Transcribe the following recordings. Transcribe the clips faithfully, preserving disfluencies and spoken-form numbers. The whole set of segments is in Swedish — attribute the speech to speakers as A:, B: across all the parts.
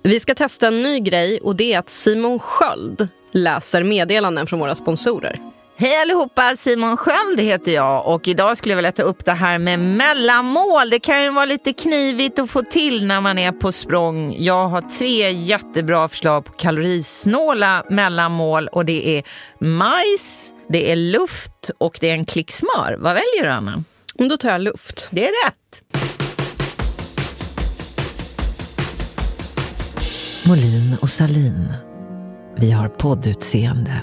A: Vi ska testa en ny grej och det är att Simon Sköld läser meddelanden från våra sponsorer.
B: Hej allihopa, Simon Sköld heter jag och idag skulle jag vilja ta upp det här med mellanmål. Det kan ju vara lite knivigt att få till när man är på språng. Jag har tre jättebra förslag på kalorisnåla mellanmål och det är majs, det är luft och det är en klick smör. Vad väljer du, Anna?
A: Då tar jag luft.
B: Det är rätt. Molin och Salin. Vi har poddutseende.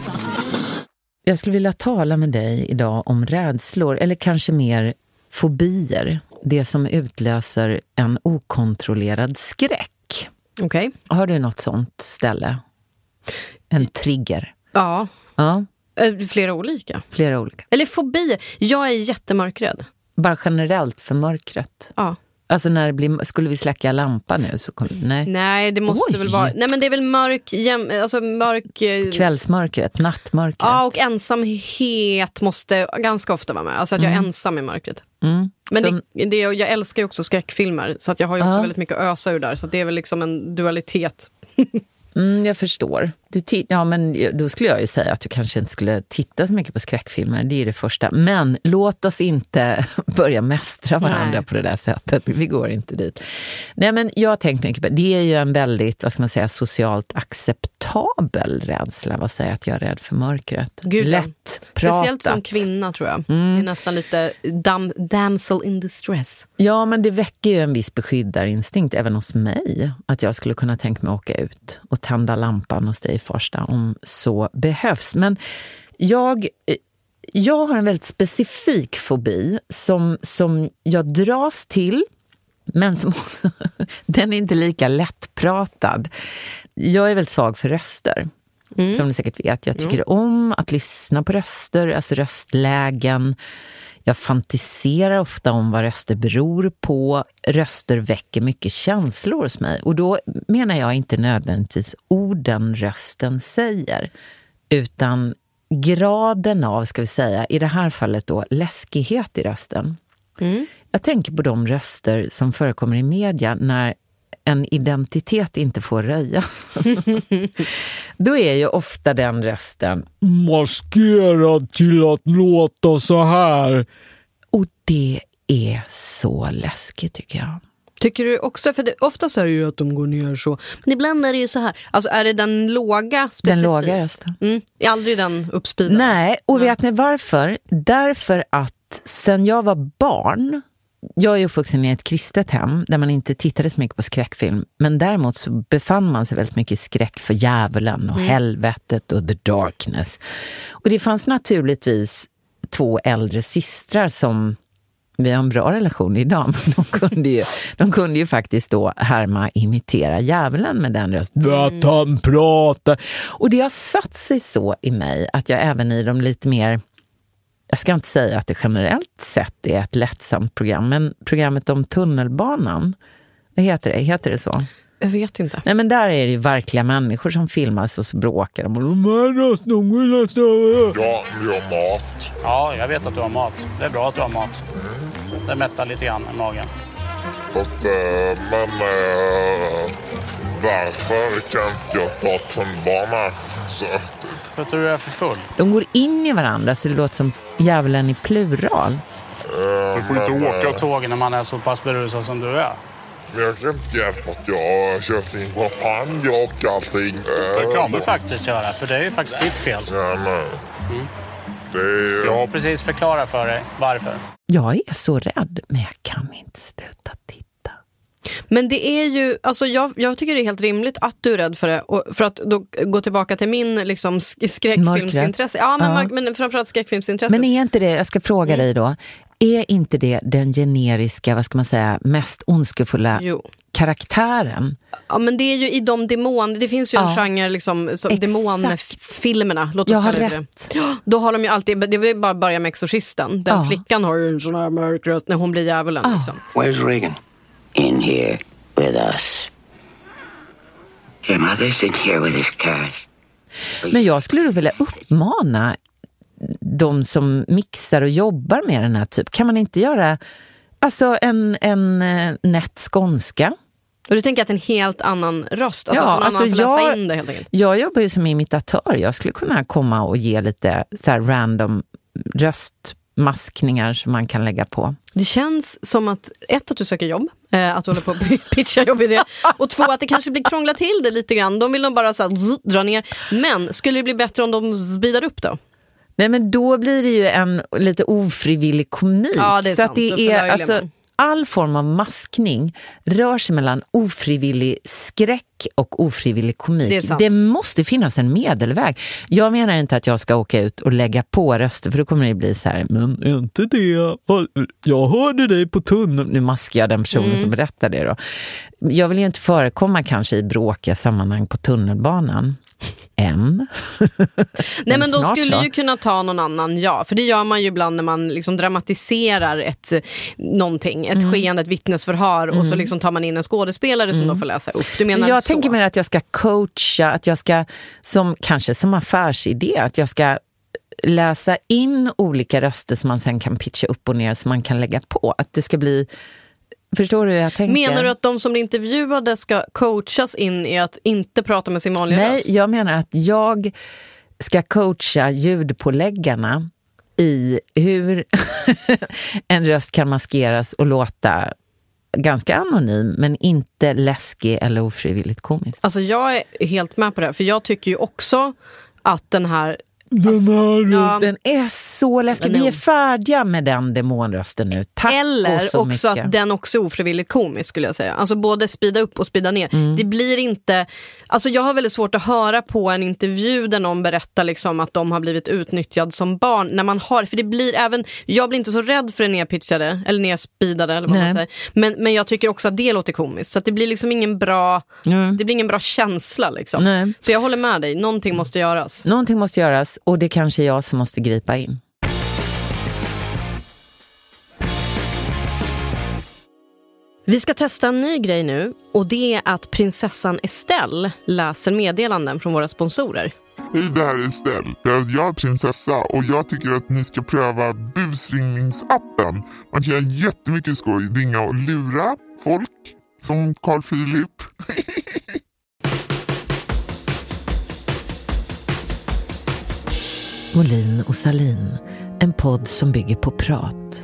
B: Jag skulle vilja tala med dig idag om rädslor eller kanske mer fobier. Det som utlöser en okontrollerad skräck.
A: Okej. Okay.
B: Har du något sånt ställe? En trigger?
A: Ja.
B: Ja.
A: Flera olika.
B: Flera olika.
A: Eller fobier. Jag är jättemörkrädd.
B: Bara generellt för mörkret?
A: Ja.
B: Alltså när det blir, skulle vi släcka lampan nu så nej.
A: Nej, det måste
B: Oj.
A: väl vara. Nej, men det är väl mörk jäm, alltså mörk
B: kvällsmörkret, nattmörkret.
A: Ja, och ensamhet måste ganska ofta vara med. Alltså att jag är
B: mm.
A: ensam i mörkret.
B: Mm.
A: Men
B: Som...
A: det, det, jag älskar ju också skräckfilmer så att jag har ju också
B: ja.
A: väldigt mycket att ösa ur där så att det är väl liksom en dualitet.
B: Mm, jag förstår. Du t- ja, men då skulle jag ju säga att du kanske inte skulle titta så mycket på skräckfilmer. Det är det första. Men låt oss inte börja mästra varandra Nej. På det där sättet. Vi går inte dit. Nej, men jag har tänkt mycket på det. Det är ju en väldigt, vad ska man säga, socialt acceptabel rädsla. Vad säger att jag är rädd för mörkret?
A: Gud,
B: lätt pratat.
A: Speciellt som kvinna tror jag. Mm. Det är nästan lite dam- damsel in distress.
B: Ja, men det väcker ju en viss beskyddarinstinkt även hos mig. Att jag skulle kunna tänka mig att åka ut och tända lampan hos dig första om så behövs. Men jag, jag har en väldigt specifik fobi som, som jag dras till, men som, den är inte lika lättpratad. Jag är väldigt svag för röster. Mm. Som du säkert vet. Jag tycker mm. om att lyssna på röster, alltså röstlägen. Jag fantiserar ofta om vad röster beror på. Röster väcker mycket känslor hos mig. Och då menar jag inte nödvändigtvis orden rösten säger. Utan graden av, ska vi säga, i det här fallet då, läskighet i rösten. Mm. Jag tänker på de röster som förekommer i media när en identitet inte får röja. Då är ju ofta den rösten maskerad till att låta så här. Och det är så läskigt tycker jag.
A: Tycker du också, för det, oftast är det ju att de går ner så. Men ibland är det ju så här. Alltså är det den låga specifikt?
B: Den låga rösten.
A: Mm, är aldrig den uppspidad.
B: Nej, och vet ni varför? Därför att sen jag var barn, jag är uppvuxen i ett kristet hem där man inte tittade så mycket på skräckfilm. Men däremot så befann man sig väldigt mycket i skräck för djävulen och mm. helvetet och the darkness. Och det fanns naturligtvis två äldre systrar som vi har en bra relation idag. Men de kunde ju, de kunde ju faktiskt då härma imitera djävulen med den rösten. Att han pratar. Och det har satt sig så i mig att jag även i de lite mer... Jag ska inte säga att det generellt sett är ett lättsamt program, men programmet om tunnelbanan, vad heter det? Heter det så?
A: Jag vet inte.
B: Nej, men där är det ju verkliga människor som filmas och så bråkar de.
C: Ja, vi har mat.
D: Ja, jag vet att du har mat. Det är bra att du har mat. Mm. Det mättar lite grann i magen.
C: Och, äh, men äh, varför kan inte jag ta tunnelbana? Så...
D: För att du är för full.
B: De går in i varandra så det låter som djävulen i plural.
D: Du får inte åka tåg när man är så pass berusad som du är.
C: Jag kan inte hjälpa att jag har köpt in champagne och allting.
D: Det kan du faktiskt göra, för det är ju faktiskt ditt fel.
C: Ja, nej. Mm. Det är...
D: Jag har precis förklarat för dig varför.
B: Jag är så rädd, men jag kan inte sluta titta.
A: Men det är ju, alltså jag, jag tycker det är helt rimligt att du är rädd för det. Och för att då gå tillbaka till min liksom skräckfilmsintresse. Ja, men, ja. men framförallt skräckfilmsintresse.
B: Men är inte det, jag ska fråga mm. dig då. Är inte det den generiska, vad ska man säga, mest ondskefulla jo. karaktären?
A: Ja, men det är ju i de demon, det finns ju en ja. genre liksom, som demonfilmerna, låt oss
B: jag har
A: kalla
B: rätt.
A: det. Ja, då har de ju alltid, det vill bara börja med Exorcisten. Den ja. flickan har ju en sån här mörk röst när hon blir djävulen. Ja. Liksom.
E: Where's Reagan? In here with us. Your mother's in here with his cash.
B: Men jag skulle då vilja uppmana de som mixar och jobbar med den här typ. Kan man inte göra alltså en, en nätt skånska?
A: Och du tänker att en helt annan röst, alltså
B: ja,
A: att någon
B: alltså
A: annan får
B: jag,
A: läsa in det helt enkelt?
B: Jag jobbar ju som imitatör. Jag skulle kunna komma och ge lite så här random röstmaskningar som man kan lägga på.
A: Det känns som att ett, att du söker jobb, eh, att du håller på att pitcha jobbidé, och två, att det kanske blir krångla till det lite grann. De vill nog bara så här, zzz, dra ner. Men skulle det bli bättre om de speedar upp då?
B: Nej, men då blir det ju en lite ofrivillig komik.
A: Ja, det är
B: så
A: sant.
B: att det är alltså, all form av maskning rör sig mellan ofrivillig skräck och ofrivillig komik.
A: Det,
B: det måste finnas en medelväg. Jag menar inte att jag ska åka ut och lägga på röster, för då kommer det bli så här, men inte det, jag hörde dig på tunneln. Nu maskar jag den personen mm. som berättar det då. Jag vill ju inte förekomma kanske i bråkiga sammanhang på tunnelbanan. Än.
A: Nej, men då skulle så. ju kunna ta någon annan, ja. För det gör man ju ibland när man liksom dramatiserar ett någonting, ett mm. skeende, ett vittnesförhör mm. och så liksom tar man in en skådespelare mm. som då får läsa upp. Du menar
B: jag
A: så?
B: tänker mig att jag ska coacha, att jag ska, som kanske som affärsidé, att jag ska läsa in olika röster som man sen kan pitcha upp och ner, som man kan lägga på. Att det ska bli... Förstår du hur jag tänker?
A: Menar du att de som blir intervjuade ska coachas in i att inte prata med sin vanliga
B: Nej,
A: röst?
B: Nej, jag menar att jag ska coacha ljudpåläggarna i hur en röst kan maskeras och låta ganska anonym, men inte läskig eller ofrivilligt komisk.
A: Alltså jag är helt med på det, för jag tycker ju också att den här...
B: Den, här,
A: ja,
B: den är så läskig. Vi är färdiga med den demonrösten nu. Tack.
A: Eller också
B: mycket.
A: Att den också är ofrivilligt komisk, skulle jag säga. Alltså både speeda upp och speeda ner. Mm. Det blir inte... Alltså jag har väldigt svårt att höra på en intervju där någon berättar liksom att de har blivit utnyttjad som barn. När man har... För det blir även... Jag blir inte så rädd för en nerpitchade eller nerspeedade eller vad
B: Nej.
A: man säger. Men, men jag tycker också att det låter komiskt. Så att det blir liksom ingen bra... Mm. Det blir ingen bra känsla liksom.
B: Nej.
A: Så jag håller med dig. Någonting måste göras.
B: Någonting måste göras. Och det kanske är jag som måste gripa in.
A: Vi ska testa en ny grej nu, och det är att prinsessan Estelle läser meddelanden från våra sponsorer.
C: Hej, det här är Estelle. Jag är prinsessa och jag tycker att ni ska pröva busringningsappen. Man kan göra jättemycket skoj, ringa och lura folk som Carl Philip.
B: Molin och Salin, en podd som bygger på prat.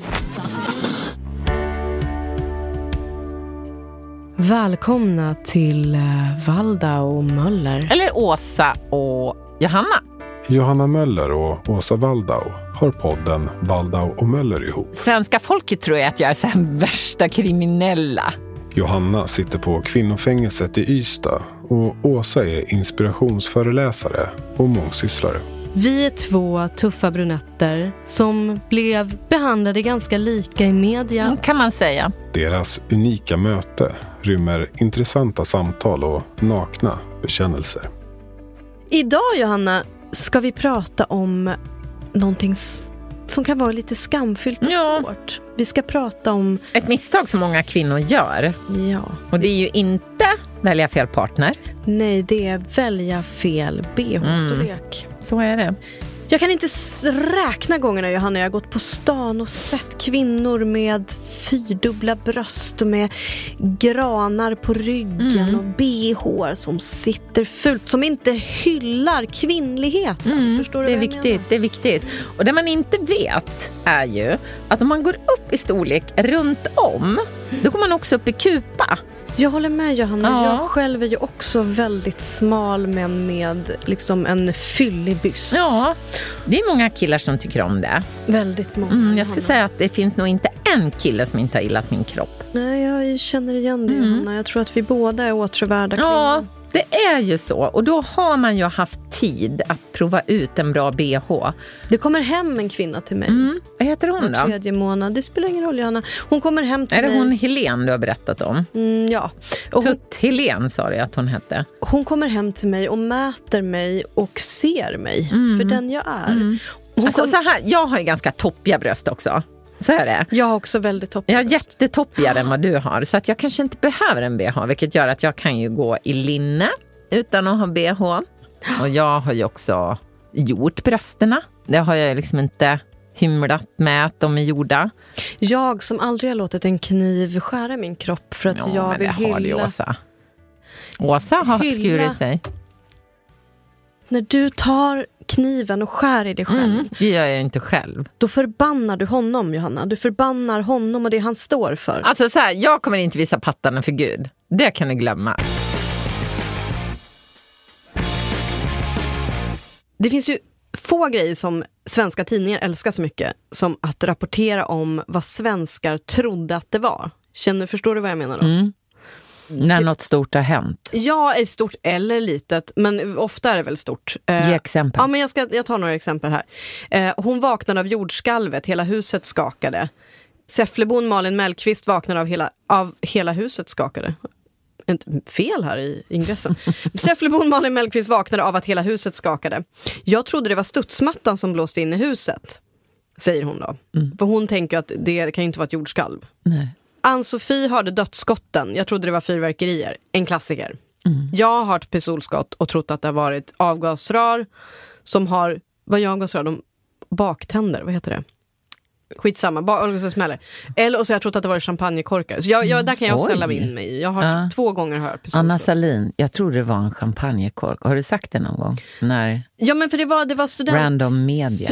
A: Välkomna till Waldau och Möller.
B: Eller Åsa och Johanna.
F: Johanna Möller och Åsa Waldau har podden Waldau och Möller ihop.
B: Svenska folket tror jag att jag är så här värsta kriminella.
F: Johanna sitter på kvinnofängelset i Ystad och Åsa är inspirationsföreläsare och mångsysslare.
A: Vi är två tuffa brunetter som blev behandlade ganska lika i media.
B: Kan man säga.
F: Deras unika möte rymmer intressanta samtal och nakna bekännelser.
A: Idag, Johanna, ska vi prata om någonting som kan vara lite skamfyllt och ja. svårt. Vi ska prata om...
B: Ett misstag som många kvinnor gör.
A: Ja.
B: Och det är ju inte välja fel partner.
A: Nej, det är välja fel B H-storlek.
B: Mm. Så är det.
A: Jag kan inte räkna gångerna, Johanna, jag har gått på stan och sett kvinnor med fyrdubbla bröst och med granar på ryggen mm. och B H som sitter fult, som inte hyllar kvinnlighet.
B: Mm.
A: Förstår du
B: det är
A: vad jag
B: viktigt,
A: menar?
B: Det är viktigt. Och det man inte vet är ju att om man går upp i storlek runt om, då går man också upp i kupa.
A: Jag håller med, Johanna.
B: Ja.
A: Jag själv är ju också väldigt smal, men med liksom en fyllig byst.
B: Ja, det är många killar som tycker om det.
A: Väldigt många.
B: Mm, jag ska säga att det finns nog inte en kille som inte har gillat min kropp.
A: Nej, jag känner igen det, mm. Johanna. Jag tror att vi båda är åtråvärda kvinnor.
B: Ja, det är ju så. Och då har man ju haft tid att prova ut en bra B H.
A: Det kommer hem en kvinna till mig.
B: Mm. Vad heter hon då?
A: Tredje månad. Det spelar ingen roll, Johanna. Hon kommer hem till
B: mig. Är det
A: mig.
B: hon Helene du har berättat om?
A: Mm, ja. Och hon...
B: Tutt Helene sa det att hon hette.
A: Hon kommer hem till mig och mäter mig och ser mig mm. för den jag är. Mm.
B: Alltså,
A: kom...
B: så här, jag har ju ganska toppiga bröst också. Så är det.
A: Jag har också väldigt toppiga
B: Jag har jättetoppigare än vad du har. Så att jag kanske inte behöver en B H. Vilket gör att jag kan ju gå i linne utan att ha B H. Och jag har ju också gjort brösterna. Det har jag liksom inte hymlat med att de är gjorda.
A: Jag som aldrig har låtit en kniv skära min kropp för att
B: ja,
A: jag
B: men
A: vill
B: det har
A: hylla...
B: det, Åsa. Åsa har
A: hylla...
B: skurit sig.
A: När du tar kniven och skär i dig själv.
B: Mm, det gör jag inte själv.
A: Då förbannar du honom, Johanna. Du förbannar honom och det han står för.
B: Alltså så här, jag kommer inte visa pattarna för Gud. Det kan ni glömma.
A: Det finns ju få grejer som svenska tidningar älskar så mycket som att rapportera om vad svenskar trodde att det var. Känner, förstår du vad jag menar då?
B: Mm. När något stort har hänt.
A: Ja, är stort eller litet, men ofta är det väl stort.
B: Ge exempel.
A: Ja, men jag, ska, jag tar några exempel här. Eh, hon vaknade av jordskalvet, hela huset skakade. Säfflebon Malin Mellqvist vaknade av hela, av hela huset skakade. Inte fel här i ingressen. Säfflebon Malin Mellqvist vaknade av att hela huset skakade. Jag trodde det var studsmattan som blåste in i huset, säger hon då. Mm. För hon tänker att det kan ju inte vara ett jordskalv.
B: Nej.
A: Ann-Sofie hörde dödsskotten. Jag trodde det var fyrverkerier. En klassiker. Mm. Jag har hört pistolskott och trott att det har varit avgasrör som har, vad är avgasrör? De baktänder, vad heter det? Skitsamma, bara så smäller. Eller och så har jag trott att det var champagnekorkar. Så jag, jag, där kan jag ställa mig in mig i. Jag har
B: ja.
A: två gånger hört pistolskott.
B: Anna Salin, jag tror det var en champagnekork. Har du sagt det någon gång? När
A: ja, men för det var, det var student...
B: Random media.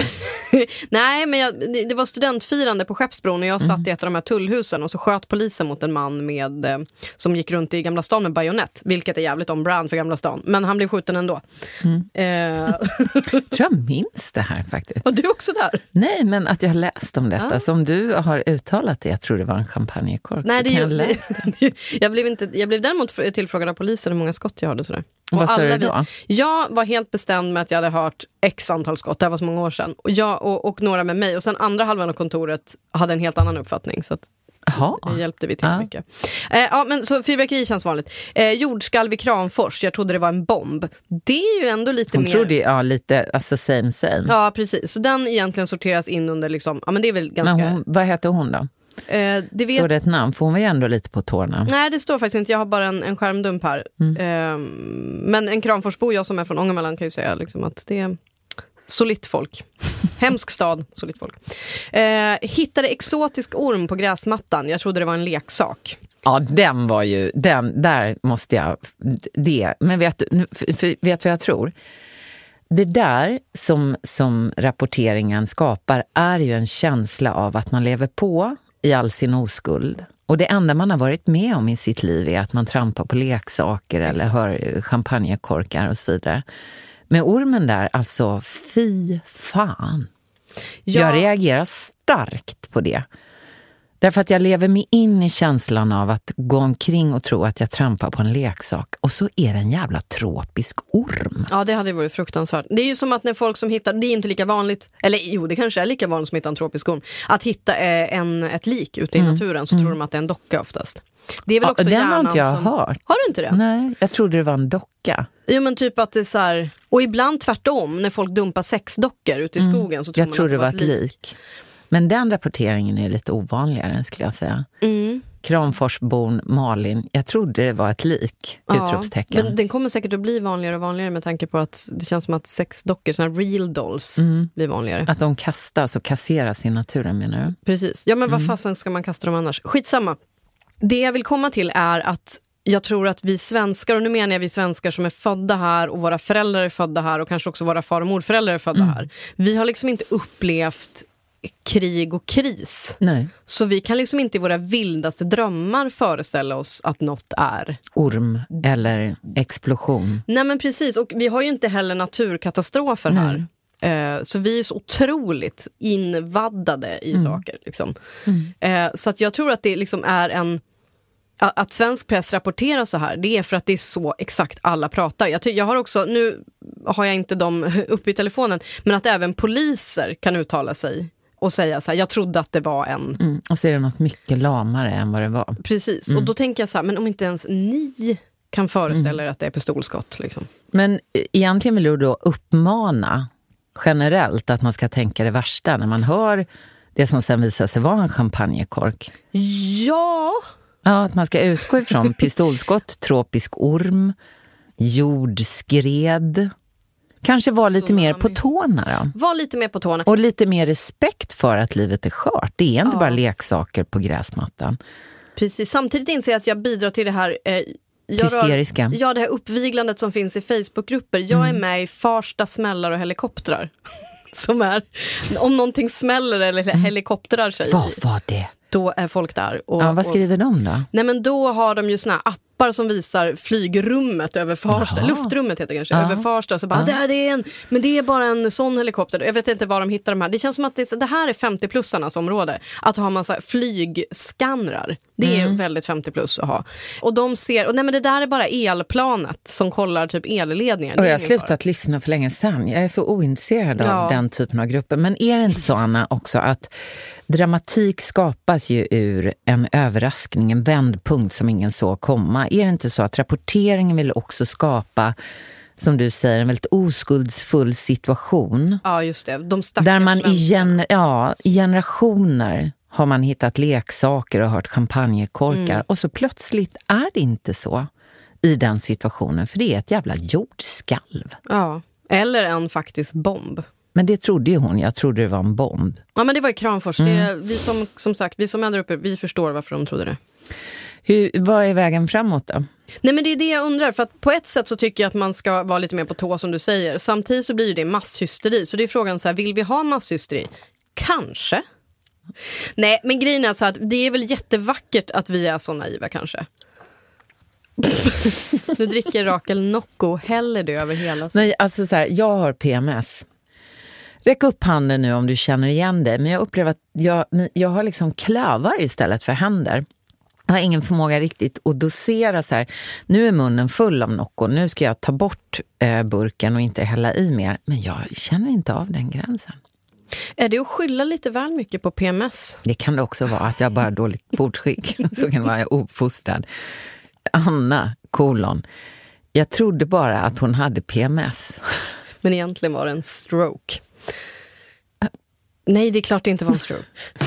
A: Nej, men jag, det, det var studentfirande på Skeppsbron och jag satt mm. i ett av de här tullhusen och så sköt polisen mot en man med, eh, som gick runt i Gamla stan med bajonett, vilket är jävligt on brand för Gamla stan. Men han blev skjuten ändå. Mm. Eh.
B: Jag tror jag minns det här faktiskt.
A: Var du också där?
B: Nej, men att jag har läst om detta. Ja. Som du har uttalat det, jag tror det var en champagnekork.
A: Nej, det,
B: jag,
A: jag, jag, blev inte, jag blev däremot tillfrågad av polisen hur många skott jag hade. Sådär.
B: Och vad sa du då?
A: Vi, jag var helt bestämd med att jag hade hört x antal skott, det var så många år sedan. Och, jag, och, och några med mig. Och sen andra halvan av kontoret hade en helt annan uppfattning. Så att det hjälpte vi till ja. mycket. Eh, ja, men så fyrverkeri känns vanligt. Eh, jordskalv i Kramfors, jag trodde det var en bomb. Det är ju ändå lite
B: Hon
A: mer...
B: Hon trodde, ja, lite, alltså same same.
A: Ja, precis. Så den egentligen sorteras in under liksom, ja men det är väl ganska...
B: Men hon, vad heter hon då?
A: Eh, det vet...
B: Står det ett namn? För hon var ju ändå lite på tårna.
A: Nej, det står faktiskt inte. Jag har bara en, en skärmdump här. Mm. Eh, men en Kramforsbo, jag som är från Ångermanland, kan ju säga liksom att det är solitt folk. Hemsk stad, solitt folk. Eh, hittade exotisk orm på gräsmattan. Jag trodde det var en leksak.
B: Ja, den var ju, den, där måste jag, det. Men vet du, vet du vad jag tror? Det där som, som rapporteringen skapar är ju en känsla av att man lever på i all sin oskuld. Och det enda man har varit med om i sitt liv är att man trampar på leksaker eller Exakt. hör champagnekorkar och så vidare. Med ormen där, alltså fy fan. Ja. Jag reagerar starkt på det. Därför att jag lever mig in i känslan av att gå omkring och tro att jag trampar på en leksak. Och så är det en jävla tropisk orm.
A: Ja, det hade ju varit fruktansvärt. Det är ju som att när folk som hittar, det är inte lika vanligt, eller jo, det kanske är lika vanligt som att hitta en tropisk orm. Att hitta eh, en, ett lik ute i mm. naturen så mm. tror de att det är en docka oftast. Det är väl
B: ja,
A: också
B: den har inte jag
A: som...
B: hört.
A: Har du inte det?
B: Nej, jag trodde det var en docka.
A: Jo, men typ att det är så här... Och ibland tvärtom, när folk dumpar sexdockor ute i
B: mm.
A: skogen så tror
B: jag
A: man
B: tror
A: att det
B: var ett lik. lik. Men den rapporteringen är lite ovanligare, skulle jag säga. Mm. Kramforsborn Malin, jag trodde det var ett lik,
A: ja,
B: utropstecken.
A: Men den kommer säkert att bli vanligare och vanligare med tanke på att det känns som att sexdockor, såna real dolls, mm. blir vanligare.
B: Att de kastas och kasseras i naturen, menar du?
A: Precis. Ja, men vad
B: mm.
A: fasen ska man kasta dem annars? Skitsamma. Det jag vill komma till är att jag tror att vi svenskar, och nu menar jag vi svenskar som är födda här och våra föräldrar är födda här och kanske också våra far- och morföräldrar är födda mm. här. Vi har liksom inte upplevt krig och kris.
B: Nej.
A: Så vi kan liksom inte i våra vildaste drömmar föreställa oss att något är
B: orm eller explosion.
A: Nej, men precis, och vi har ju inte heller naturkatastrofer Nej. här. Eh, så vi är så otroligt invaddade i mm. saker liksom. Mm. Eh, så att jag tror att det liksom är en att, att svensk press rapporterar så här, det är för att det är så exakt alla pratar. Jag, ty- jag har också, nu har jag inte dem uppe i telefonen, men att även poliser kan uttala sig och säga så här, jag trodde att det var en...
B: Mm, och så är det något mycket lamare än vad det var.
A: Precis, mm. och då tänker jag så här, men om inte ens ni kan föreställa er mm. att det är pistolskott. Liksom.
B: Men egentligen vill du då uppmana generellt att man ska tänka det värsta när man hör det som sen visar sig vara en champagnekork.
A: Ja...
B: Ja, att man ska utgå ifrån pistolskott, tropisk orm, jordskred. Kanske var lite
A: Tsunami.
B: mer på tårna då.
A: Var lite mer på tårna.
B: Och lite mer respekt för att livet är skört. Det är inte
A: Ja.
B: bara leksaker på gräsmattan.
A: Precis, samtidigt inser jag att jag bidrar till det här eh, jag
B: hysteriska.
A: Rör, ja, det här uppviglandet som finns i Facebookgrupper. Jag mm. är med i Farsta smällar och helikoptrar. Som är, om någonting smäller eller mm. helikoptrar sig.
B: Vad var det?
A: Då är folk där. Och,
B: ja, vad skriver
A: och,
B: de då?
A: Nej, men då har de ju såna här appar som visar flygrummet över Farsta. Jaha. Luftrummet heter det kanske, ja. över Farsta. Så bara, ja. det, är en, men det är bara en sån helikopter. Jag vet inte var de hittar de här. Det känns som att det, det här är femtio-plussarnas område. Att ha massa flygskannrar. Det är mm. väldigt femtio plus att ha. Och de ser, och nej men det där är bara elplanet som kollar typ elledningar.
B: Och jag har slutat lyssna för länge sedan. Jag är så ointresserad av ja. den typen av grupper. Men är det inte så, Anna, också att dramatik skapas ju ur en överraskning, en vändpunkt som ingen såg komma. Är det inte så att rapporteringen vill också skapa, som du säger, en väldigt oskuldsfull situation?
A: Ja, just det. De
B: där man i, gener- ja, i generationer har man hittat leksaker och hört champagnekorkar. Mm. Och så plötsligt är det inte så i den situationen. För det är ett jävla jordskalv.
A: Ja, eller en faktisk bomb.
B: Men det trodde ju hon. Jag trodde det var en bomb.
A: Ja, men det var i Kramfors.
B: Mm.
A: Det, vi som, som sagt, vi som är där uppe, vi förstår varför de trodde det.
B: Hur, vad är vägen framåt då?
A: Nej, men det är det jag undrar. För att på ett sätt så tycker jag att man ska vara lite mer på tå, som du säger. Samtidigt så blir det masshysteri. Så det är frågan så här, vill vi ha masshysteri? Kanske. Nej, men grejen är så att det är väl jättevackert att vi är så naiva kanske. Nu dricker Rakel Nocco, häller det över hela sig.
B: Nej, alltså så här, jag har P M S. Räck upp handen nu om du känner igen det. Men jag upplever att jag, jag har liksom klövar istället för händer. Jag har ingen förmåga riktigt att dosera så här. Nu är munnen full av Nocco. Nu ska jag ta bort eh, burken och inte hälla i mer. Men jag känner inte av den gränsen.
A: Är det att skylla lite väl mycket på P M S?
B: Det kan det också vara, att jag bara har dåligt bordskick. Så kan det vara uppfostrad. Anna, kolon. Jag trodde bara att hon hade P M S.
A: Men egentligen var det en stroke. Nej, det är klart det inte var en stroke.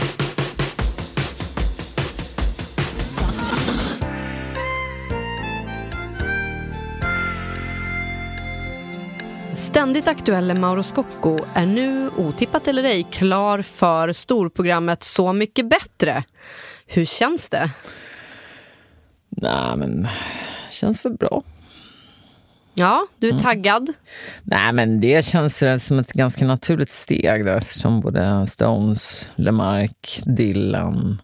A: Ständigt aktuella Mauro Scocco är nu, otippat eller ej, klar för storprogrammet Så mycket bättre. Hur känns det?
B: Nej, men känns för bra.
A: Ja, du är
B: mm.
A: taggad.
B: Nej, men det känns som ett ganska naturligt steg då, eftersom både Stones, Lemark, Dylan,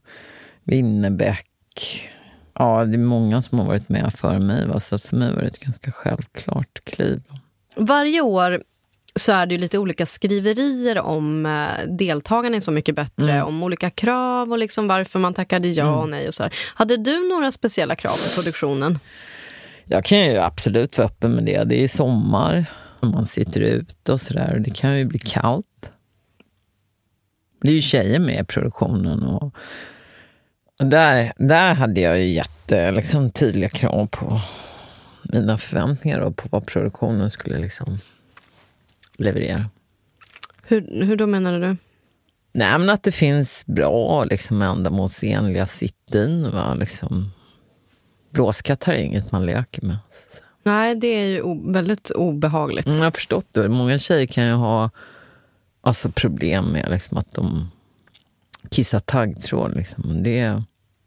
B: Winnerbäck, ja, det är många som har varit med för mig, va? Så för mig var det ett ganska självklart kliv.
A: Varje år så är det ju lite olika skriverier om eh, deltagarna är Så mycket bättre, mm. om olika krav och liksom varför man tackade ja och nej och så här. Hade du några speciella krav på produktionen?
B: Jag kan ju absolut vara öppen med det. Det är sommar och man sitter ute och sådär. Det kan ju bli kallt. Det är ju tjejer med i produktionen. Och, och där, där hade jag ju jätte, liksom, tydliga krav på mina förväntningar och på vad produktionen skulle liksom leverera.
A: Hur, hur då menar du?
B: Nej, men att det finns bra, liksom, ändamålsenliga sit-in, va? Liksom, blåskatt är inget man leker med.
A: Nej, det är ju o- väldigt obehagligt.
B: Mm, jag har förstått det. Många tjejer kan ju ha alltså, problem med liksom, att de kissar taggtråd. Liksom. Det...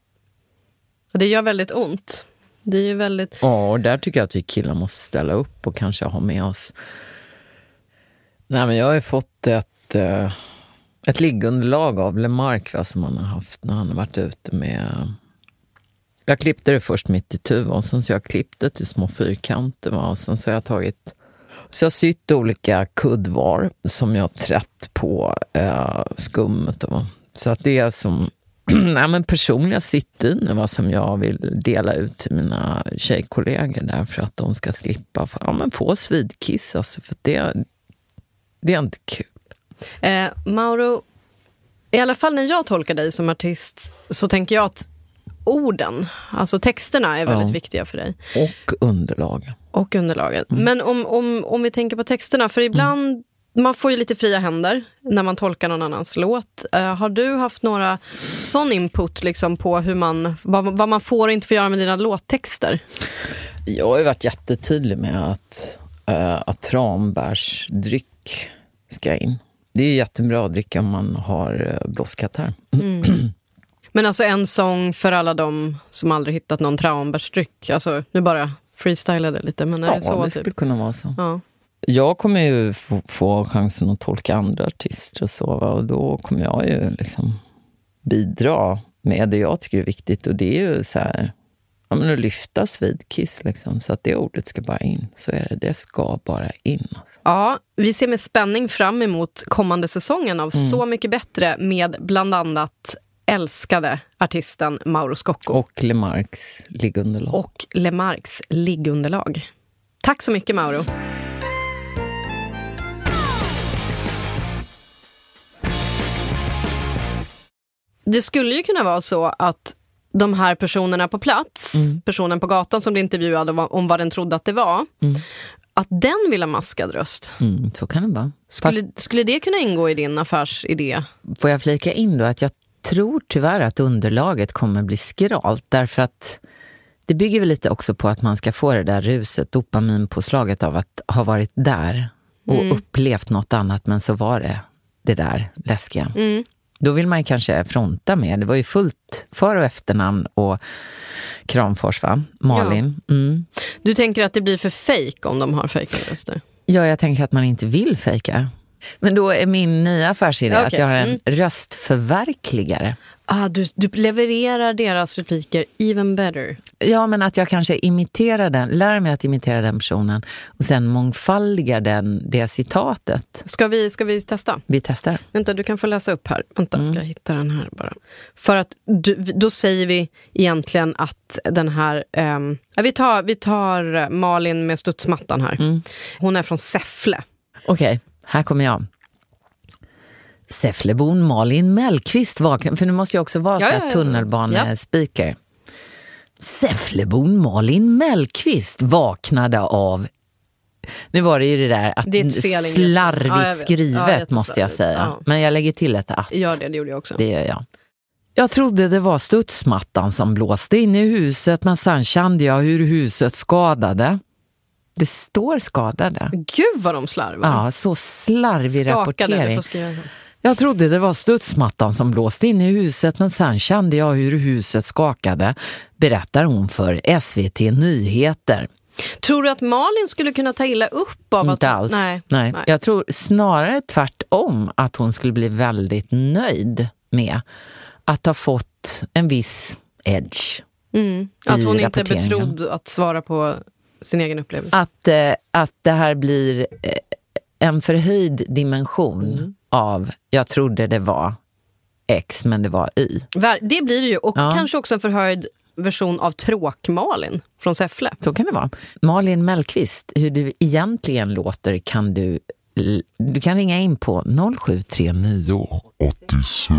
A: det gör väldigt ont. Det är ju väldigt...
B: Ja, och där tycker jag att vi killar måste ställa upp och kanske ha med oss. Nej, men jag har ju fått ett, ett liggunderlag av Lemark, va, som han har haft när han har varit ute med... Jag klippte det först mitt i tuva och sen så jag klippte till små fyrkanter, va, och sen så har jag tagit... Så jag har sytt olika kuddvar som jag har trätt på eh, skummet. Va. Så att det är som... Nej, men personliga sittdyner, vad som jag vill dela ut till mina tjejkollegor där för att de ska slippa för, ja, men få svidkiss, alltså, för det, det är inte kul.
A: Eh, Mauro, i alla fall när jag tolkar dig som artist så tänker jag att orden, alltså texterna är väldigt ja. viktiga för dig.
B: Och underlagen.
A: Och underlaget. Mm. Men om, om, om vi tänker på texterna, för ibland mm. man får ju lite fria händer när man tolkar någon annans låt. Uh, har du haft några sån input liksom, på hur man, vad, vad man får och inte får göra med dina låttexter?
B: Jag har ju varit jättetydlig med att uh, att tranbärsdryck ska in. Det är jättebra att dricka om man har uh, blåskatarr.
A: Mm. Men alltså en sång för alla de som aldrig hittat någon tranbärsdryck. Alltså nu bara freestylade lite, men är
B: ja,
A: det så?
B: det skulle
A: typ?
B: kunna vara så.
A: Ja.
B: Jag kommer ju få, få chansen att tolka andra artister och så, va? Och då kommer jag ju liksom bidra med det jag tycker är viktigt. Och det är ju så här, ja, men att lyfta Swedekiss liksom, så att det ordet ska bara in. Så är det, det ska bara in.
A: Ja, vi ser med spänning fram emot kommande säsongen av mm. Så mycket bättre med bland annat älskade artisten Mauro Scocco.
B: Och Lemarks liggunderlag.
A: Och Lemarks liggunderlag. Tack så mycket, Mauro. Det skulle ju kunna vara så att de här personerna på plats, mm. personen på gatan som blev intervjuad om vad den trodde att det var, mm. att den vill ha maskad röst.
B: Mm, så kan det vara.
A: Skulle,
B: Fast,
A: skulle det kunna ingå i din affärsidé?
B: Får jag flika in då att jag tror tyvärr att underlaget kommer bli skralt, därför att det bygger väl lite också på att man ska få det där ruset, dopaminpåslaget av att ha varit där och mm. upplevt något annat, men så var det det där läskiga. Mm. Då vill man kanske fronta med. Det var ju fullt för- och efternamn och Kramfors, va? Malin.
A: Ja.
B: Mm.
A: Du tänker att det blir för fake om de har fejkade röster?
B: Ja, jag tänker att man inte vill fejka. Men då är min nya affärsidé okay. att jag har en mm. röstförverkligare.
A: Ah, du, du levererar deras repliker even better.
B: Ja, men att jag kanske imiterar den, lär mig att imitera den personen och sen mångfaldigar den, det citatet.
A: Ska vi, ska vi testa?
B: Vi testar.
A: Vänta, du kan få läsa upp här. Vänta, ska jag hitta den här bara. För att du, då säger vi egentligen att den här... Um, ja, vi, tar, vi tar Malin med studsmattan här. Mm. Hon är från Säffle.
B: Okej, okay, här kommer jag. Säfflebon Malin Mellqvist vaknade, för nu måste jag också vara ja, så här tunnelbanespeaker. Ja. Säfflebon Malin Mellqvist vaknade av, nu var det ju det där att det slarvigt ja, skrivet ja, måste jag säga. Ja. Men jag lägger till ett att.
A: Ja, det, det gjorde jag också.
B: Det gör jag. Jag trodde det var studsmattan som blåste in i huset, men sen kände jag hur huset skadade. Det står skadade.
A: Gud vad de slarvar.
B: Ja, så slarvig
A: Skakade,
B: rapportering.
A: du får skriva.
B: Jag trodde det var studsmattan som blåste in i huset, men sen kände jag hur huset skakade, berättar hon för S V T Nyheter.
A: Tror du att Malin skulle kunna ta illa upp av
B: Inte
A: att...
B: alls.
A: Nej.
B: Nej. Nej. Jag tror snarare tvärtom att hon skulle bli väldigt nöjd med att ha fått en viss edge.
A: Mm. Att hon inte är betrodd att svara på sin egen upplevelse.
B: Att, eh, att det här blir eh, en förhöjd dimension mm. av, jag trodde det var X men det var Y.
A: Det blir det ju, och ja. Kanske också en förhöjd version av Tråk-Malin från Säffle.
B: Så kan det vara. Malin Mellqvist, hur du egentligen låter kan du, du kan ringa in på noll sju tre nio
C: åttiosju.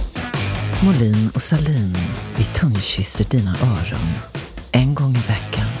B: Molin och Salin, vi tungkysser dina öron en gång i veckan.